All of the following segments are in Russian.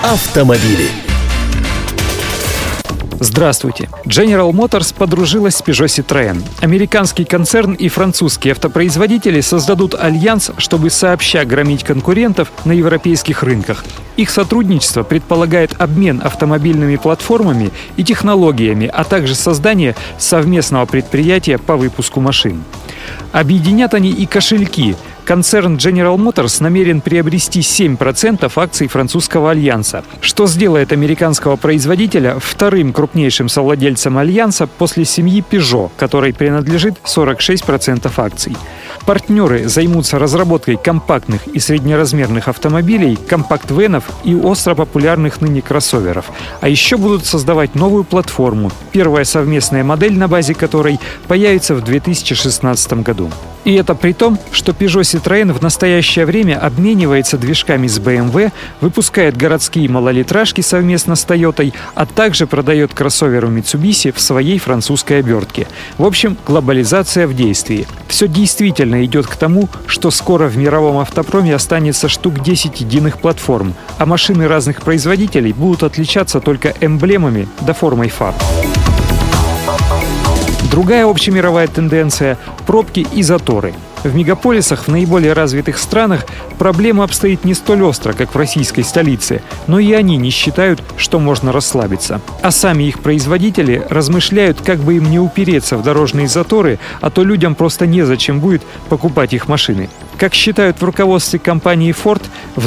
Автомобили. Здравствуйте. General Motors подружилась с Peugeot Citroën. Американский концерн и французские автопроизводители создадут альянс, чтобы сообща громить конкурентов на европейских рынках. Их сотрудничество предполагает обмен автомобильными платформами и технологиями, а также создание совместного предприятия по выпуску машин. Объединят они и кошельки. Концерн General Motors намерен приобрести 7% акций французского альянса, что сделает американского производителя вторым крупнейшим совладельцем альянса после семьи Peugeot, которой принадлежит 46% акций. Партнеры займутся разработкой компактных и среднеразмерных автомобилей, компакт-венов и остро популярных ныне кроссоверов. А еще будут создавать новую платформу, первая совместная модель на базе которой появится в 2016 году. И это при том, что Peugeot Citroën в настоящее время обменивается движками с BMW, выпускает городские малолитражки совместно с Toyota, а также продает кроссоверы Mitsubishi в своей французской обертке. В общем, глобализация в действии. Все действительно идет к тому, что скоро в мировом автопроме останется штук 10 единых платформ, а машины разных производителей будут отличаться только эмблемами да формой фар. Другая общемировая тенденция – пробки и заторы. В мегаполисах в наиболее развитых странах проблема обстоит не столь остро, как в российской столице, но и они не считают, что можно расслабиться. А сами их производители размышляют, как бы им не упереться в дорожные заторы, а то людям просто незачем будет покупать их машины. Как считают в руководстве компании Ford, в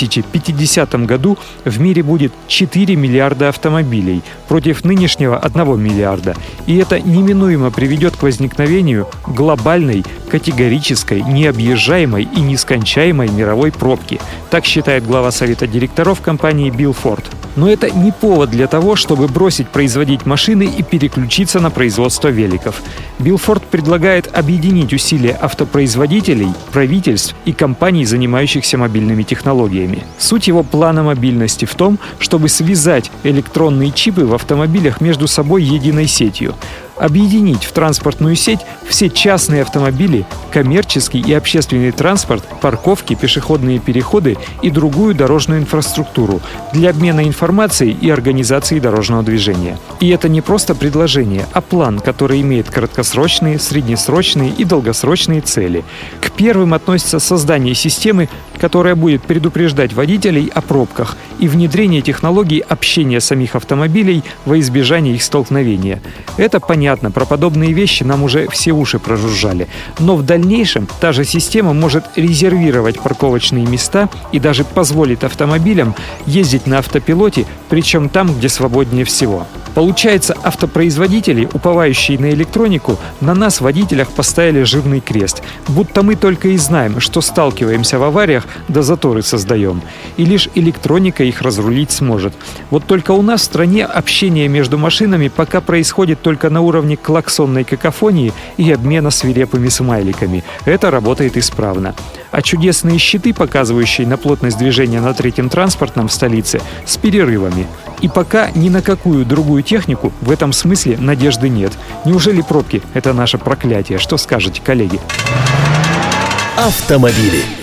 2050 году в мире будет 4 миллиарда автомобилей против нынешнего 1 миллиарда. И это неминуемо приведет к возникновению глобальной, категорической, необъезжаемой и нескончаемой мировой пробки. Так считает глава совета директоров компании Билл Форд. Но это не повод для того, чтобы бросить производить машины и переключиться на производство великов. Билл Форд предлагает объединить усилия автопроизводителей, правительств и компаний, занимающихся мобильными технологиями. Суть его плана мобильности в том, чтобы связать электронные чипы в автомобилях между собой единой сетью. Объединить в транспортную сеть все частные автомобили, коммерческий и общественный транспорт, парковки, пешеходные переходы и другую дорожную инфраструктуру для обмена информацией и организации дорожного движения. И это не просто предложение, а план, который имеет краткосрочные, среднесрочные и долгосрочные цели. К первым относится создание системы, которая будет предупреждать водителей о пробках и внедрение технологий общения самих автомобилей во избежание их столкновения. Это понятно, про подобные вещи нам уже все уши прожужжали. Но в дальнейшем та же система может резервировать парковочные места и даже позволит автомобилям ездить на автопилоте, причем там, где свободнее всего. Получается, автопроизводители, уповающие на электронику, на нас, водителях, поставили жирный крест. Будто мы только и знаем, что сталкиваемся в авариях, да заторы создаем. И лишь электроника их разрулить сможет. Вот только у нас в стране общение между машинами пока происходит только на уровне клаксонной какофонии и обмена свирепыми смайликами. Это работает исправно. А чудесные щиты, показывающие на плотность движения на третьем транспортном в столице, с перерывами. И пока ни на какую другую технику в этом смысле надежды нет. Неужели пробки – это наше проклятие? Что скажете, коллеги? Автомобили.